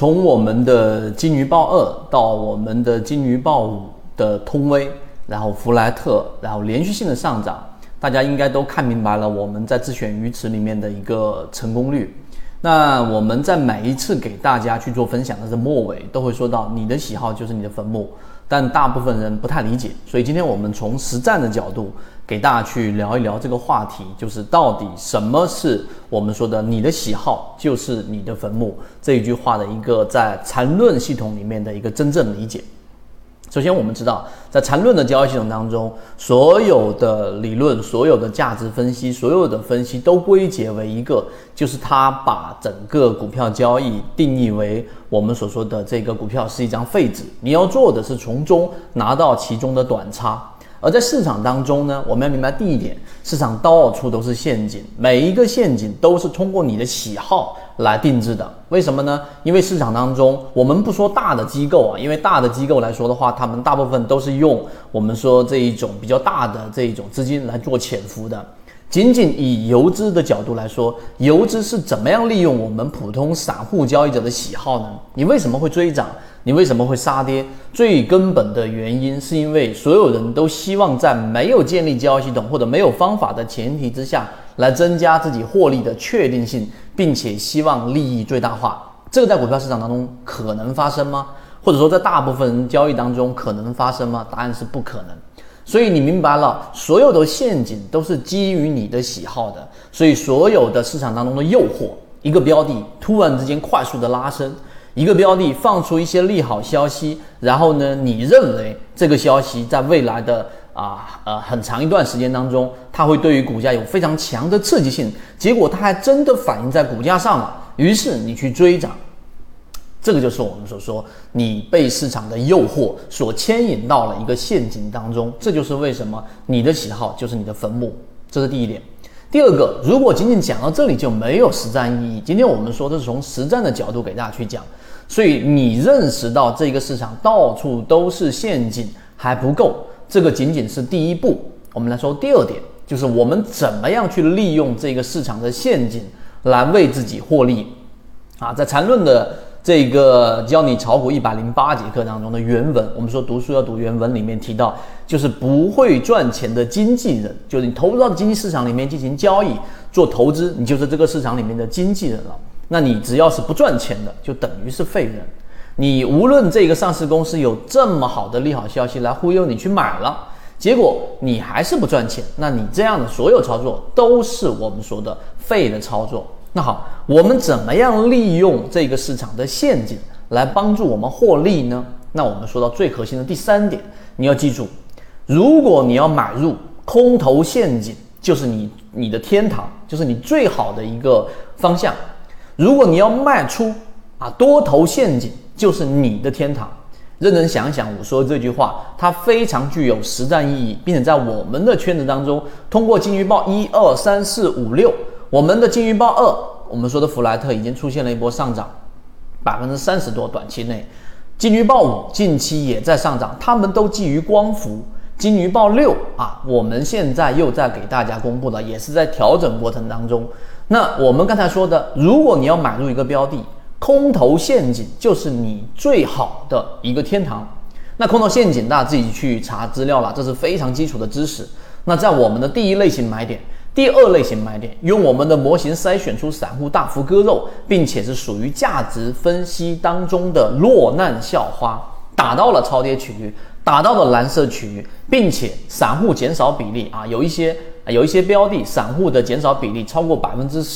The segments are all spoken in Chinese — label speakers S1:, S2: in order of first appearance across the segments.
S1: 从我们的金鱼报2到我们的金鱼报5的通威，然后弗莱特，然后连续性的上涨，大家应该都看明白了我们在自选鱼池里面的一个成功率。那我们在每一次给大家去做分享的末尾都会说到，你的喜好就是你的坟墓，但大部分人不太理解，所以今天我们从实战的角度给大家去聊一聊这个话题，就是到底什么是我们说的你的喜好就是你的坟墓这一句话的一个在缠论系统里面的一个真正理解。首先我们知道，在缠论的交易系统当中，所有的理论、所有的价值分析、所有的分析都归结为一个，就是它把整个股票交易定义为我们所说的这个股票是一张废纸，你要做的是从中拿到其中的短差。而在市场当中呢，我们要明白第一点，市场到处都是陷阱，每一个陷阱都是通过你的喜好来定制的。为什么呢？因为市场当中，我们不说大的机构啊，因为大的机构来说的话，他们大部分都是用我们说这一种比较大的这一种资金来做潜伏的。仅仅以游资的角度来说，游资是怎么样利用我们普通散户交易者的喜好呢？你为什么会追涨？你为什么会杀跌？最根本的原因是因为所有人都希望在没有建立交易系统或者没有方法的前提之下来增加自己获利的确定性，并且希望利益最大化。这个在股票市场当中可能发生吗？或者说在大部分人交易当中可能发生吗？答案是不可能。所以你明白了，所有的陷阱都是基于你的喜好的，所以所有的市场当中的诱惑，一个标的突然之间快速的拉升，一个标的放出一些利好消息，然后呢，你认为这个消息在未来的很长一段时间当中，它会对于股价有非常强的刺激性，结果它还真的反映在股价上了，于是你去追涨。这个就是我们所说你被市场的诱惑所牵引到了一个陷阱当中，这就是为什么你的喜好就是你的坟墓，这是第一点。第二个，如果仅仅讲到这里就没有实战意义，今天我们说的是从实战的角度给大家去讲，所以你认识到这个市场到处都是陷阱还不够，这个仅仅是第一步。我们来说第二点，就是我们怎么样去利用这个市场的陷阱来为自己获利在缠论的这个教你炒股108节课当中的原文，我们说读书要读原文里面提到，就是不会赚钱的经纪人，就是你投入到经济市场里面进行交易做投资，你就是这个市场里面的经纪人了。那你只要是不赚钱的，就等于是废人。你无论这个上市公司有这么好的利好消息来忽悠你去买了，结果你还是不赚钱，那你这样的所有操作都是我们说的废的操作。那好，我们怎么样利用这个市场的陷阱来帮助我们获利呢？那我们说到最核心的第三点，你要记住，如果你要买入空头陷阱，就是你的天堂，就是你最好的一个方向。如果你要卖出多头陷阱，就是你的天堂。认真想想我说这句话，它非常具有实战意义，并且在我们的圈子当中，通过金鱼报1、2、3、4、5、6，我们的金鱼报2，我们说的弗莱特已经出现了一波上涨，30%多，短期内。金鱼报5近期也在上涨，它们都基于光伏。金鱼报6我们现在又在给大家公布了，也是在调整过程当中。那我们刚才说的，如果你要买入一个标的，空头陷阱就是你最好的一个天堂。那空头陷阱大家自己去查资料了，这是非常基础的知识。那在我们的第一类型买点、第二类型买点，用我们的模型筛选出散户大幅割肉，并且是属于价值分析当中的落难校花，打到了超跌区域，打到了蓝色区域，并且散户减少比例有一些标的散户的减少比例超过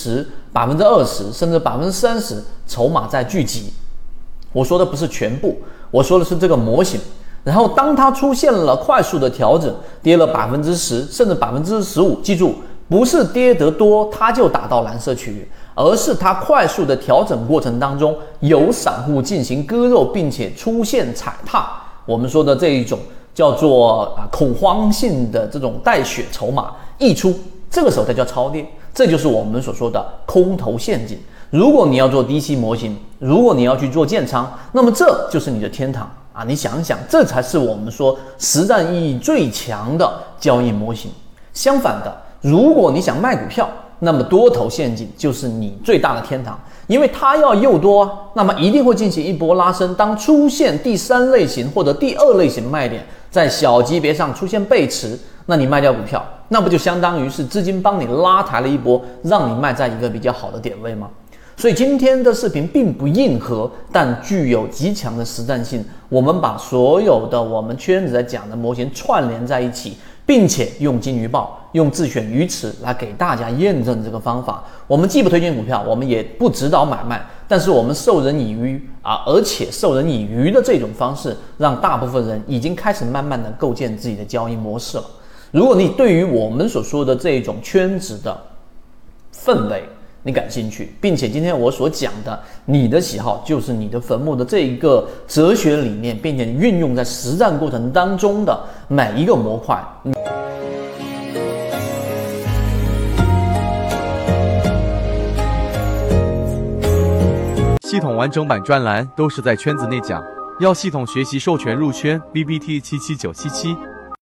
S1: 10%、20%甚至30%，筹码在聚集。我说的不是全部，我说的是这个模型。然后当它出现了快速的调整，跌了10%甚至15%，记住，不是跌得多它就打到蓝色区域，而是它快速的调整过程当中有散户进行割肉，并且出现踩踏，我们说的这一种叫做恐慌性的这种带血筹码溢出，这个时候才叫超跌。这就是我们所说的空头陷阱。如果你要做低吸模型，如果你要去做建仓，那么这就是你的天堂你想想，这才是我们说实战意义最强的交易模型。相反的，如果你想卖股票，那么多头陷阱就是你最大的天堂。 因为它要诱多啊，那么一定会进行一波拉升。当出现第3类型或者第2类型卖点，在小级别上出现背驰，那你卖掉股票，那不就相当于是资金帮你拉抬了一波，让你卖在一个比较好的点位吗？所以今天的视频并不硬核，但具有极强的实战性。我们把所有的我们圈子在讲的模型串联在一起，并且用金鱼报、用自选鱼池来给大家验证这个方法。我们既不推荐股票，我们也不指导买卖，但是我们授人以渔啊，而且授人以渔的这种方式，让大部分人已经开始慢慢的构建自己的交易模式了。如果你对于我们所说的这种圈子的氛围你感兴趣，并且今天我所讲的你的喜好就是你的坟墓的这一个哲学理念，并且运用在实战过程当中的每一个模块，
S2: 系统完整版专栏都是在圈子内讲，要系统学习授权入圈 BBT77977。